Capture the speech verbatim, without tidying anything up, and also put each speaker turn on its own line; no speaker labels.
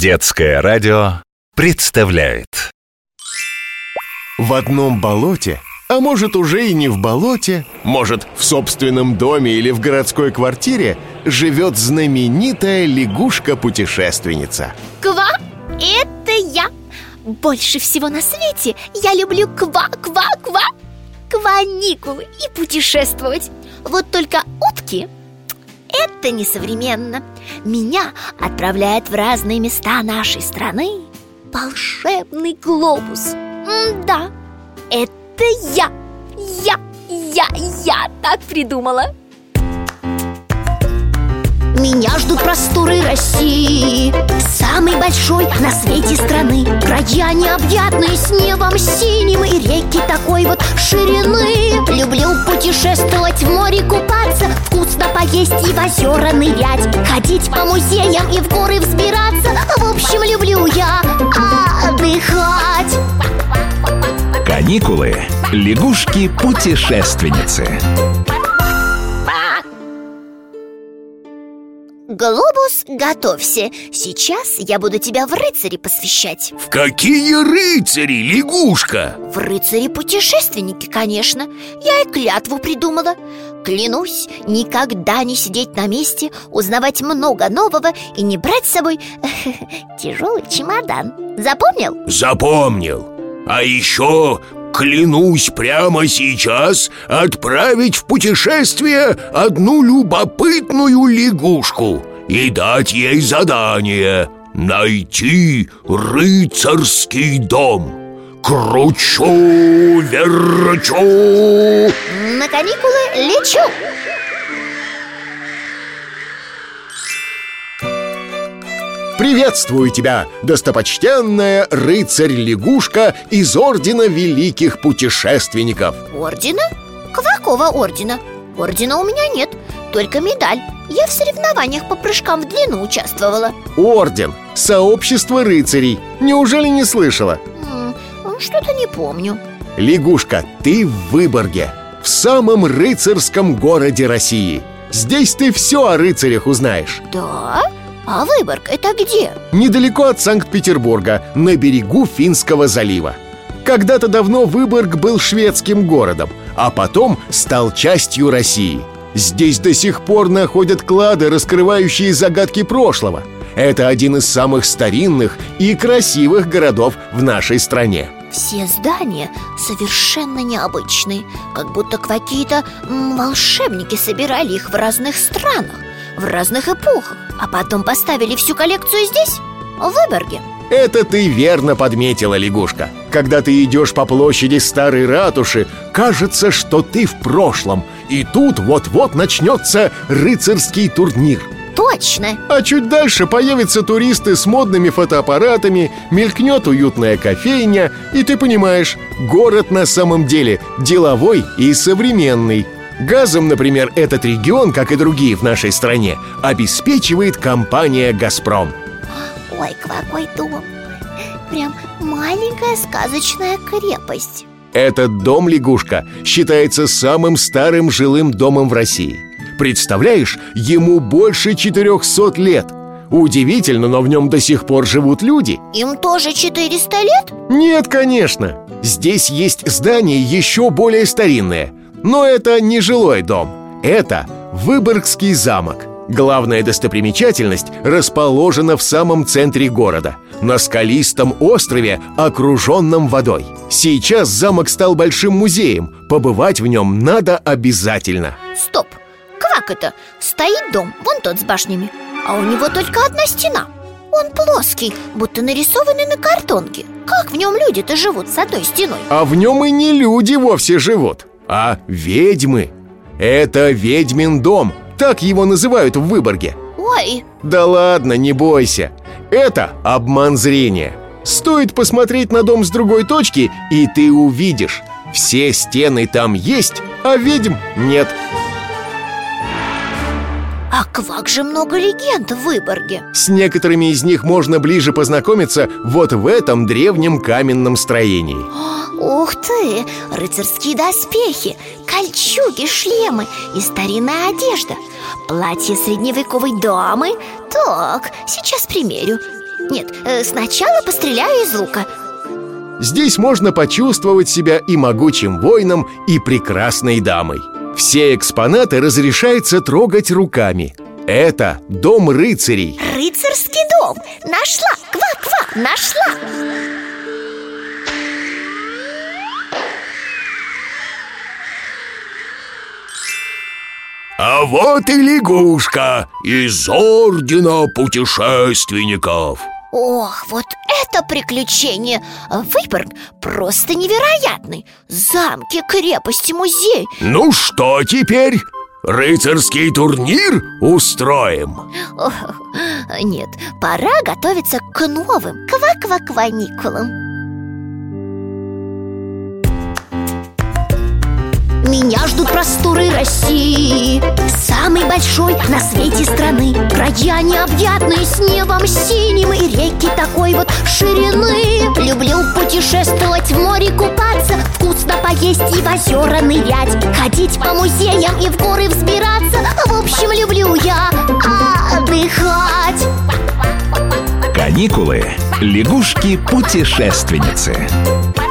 Детское радио представляет.
В одном болоте, а может уже и не в болоте, может в собственном доме или в городской квартире, живет знаменитая лягушка-путешественница.
Ква, это я! Больше всего на свете я люблю ква-ква-ква, каникулы и путешествовать. Вот только утки — это несовременно. Меня отправляет в разные места нашей страны волшебный глобус. М-да, это я, я, я, я так придумала. Меня ждут просторы России, самой большой на свете страны. Края необъятные с небом синим и реки такой вот ширины. Люблю путешествовать, в море купаться, вкусно поесть и в озера нырять, ходить по музеям и в горы взбираться. В общем, люблю я отдыхать.
Каникулы. Лягушки-путешественницы.
Глобус, готовься. Сейчас я буду тебя в рыцари посвящать.
В какие рыцари, лягушка?
В рыцари-путешественники, конечно. Я и клятву придумала. Клянусь никогда не сидеть на месте, узнавать много нового и не брать с собой тяжелый чемодан. Запомнил?
Запомнил. А еще клянусь прямо сейчас отправить в путешествие одну любопытную лягушку и дать ей задание найти рыцарский дом. Кручу, верчу.
На каникулы лечу.
Приветствую тебя, достопочтенная рыцарь-лягушка из Ордена Великих Путешественников.
Ордена? Какого ордена? Ордена у меня нет, только медаль. Я в соревнованиях по прыжкам в длину участвовала.
Орден, сообщество рыцарей. Неужели не слышала?
М, Что-то не помню.
Лягушка, ты в Выборге, в самом рыцарском городе России. Здесь ты все о рыцарях узнаешь.
Да? А Выборг это где?
Недалеко от Санкт-Петербурга, на берегу Финского залива. Когда-то давно Выборг был шведским городом, а потом стал частью России. Здесь до сих пор находят клады, раскрывающие загадки прошлого. Это один из самых старинных и красивых городов в нашей стране.
Все здания совершенно необычные, как будто какие-то м, волшебники собирали их в разных странах, в разных эпохах, а потом поставили всю коллекцию здесь, в Выборге.
Это ты верно подметила, лягушка. Когда ты идешь по площади старой ратуши, кажется, что ты в прошлом, и тут вот-вот начнется рыцарский турнир.
Точно!
А чуть дальше появятся туристы с модными фотоаппаратами, мелькнет уютная кофейня, и ты понимаешь, город на самом деле деловой и современный. Газом, например, этот регион, как и другие в нашей стране, обеспечивает компания «Газпром».
Ой, какой дом! Прям маленькая сказочная крепость.
Этот дом, лягушка, считается самым старым жилым домом в России. Представляешь, ему больше четырехсот лет. Удивительно, но в нем до сих пор живут люди.
Им тоже четыреста лет?
Нет, конечно. Здесь есть здание еще более старинное. Но это не жилой дом. Это Выборгский замок. Главная достопримечательность расположена в самом центре города, на скалистом острове, окруженном водой. Сейчас замок стал большим музеем. Побывать в нем надо обязательно.
Стоп! Как это? Стоит дом, вон тот с башнями, а у него только одна стена. Он плоский, будто нарисованный на картонке. Как в нем люди-то живут с одной стеной?
А в нем и не люди вовсе живут, а ведьмы. Это ведьмин дом, так его называют в Выборге.
Ой!
Да ладно, не бойся. Это обман зрения. Стоит посмотреть на дом с другой точки, и ты увидишь. Все стены там есть, а ведьм нет.
А как же много легенд в Выборге.
С некоторыми из них можно ближе познакомиться вот в этом древнем каменном строении.
Ух ты! Рыцарские доспехи, кольчуги, шлемы и старинная одежда. Платье средневековой дамы. Так, сейчас примерю. Нет, э, сначала постреляю из лука.
Здесь можно почувствовать себя и могучим воином, и прекрасной дамой. Все экспонаты разрешается трогать руками. Это дом рыцарей.
Рыцарский дом! Нашла! Ква-ква! Нашла!
А вот и лягушка из ордена путешественников.
Ох, вот это приключение! Выборг просто невероятный. Замки, крепости, музей.
Ну что теперь? Рыцарский турнир устроим?
Ох, нет, пора готовиться к новым ква-ква-кваникулам. Меня ждут просторы России, самой большой на свете страны. Края необъятные с небом синим и реки такой вот ширины. Люблю путешествовать, в море купаться, вкусно поесть и в озера нырять, ходить по музеям и в горы взбираться. В общем, люблю я отдыхать.
Каникулы. Лягушки-путешественницы.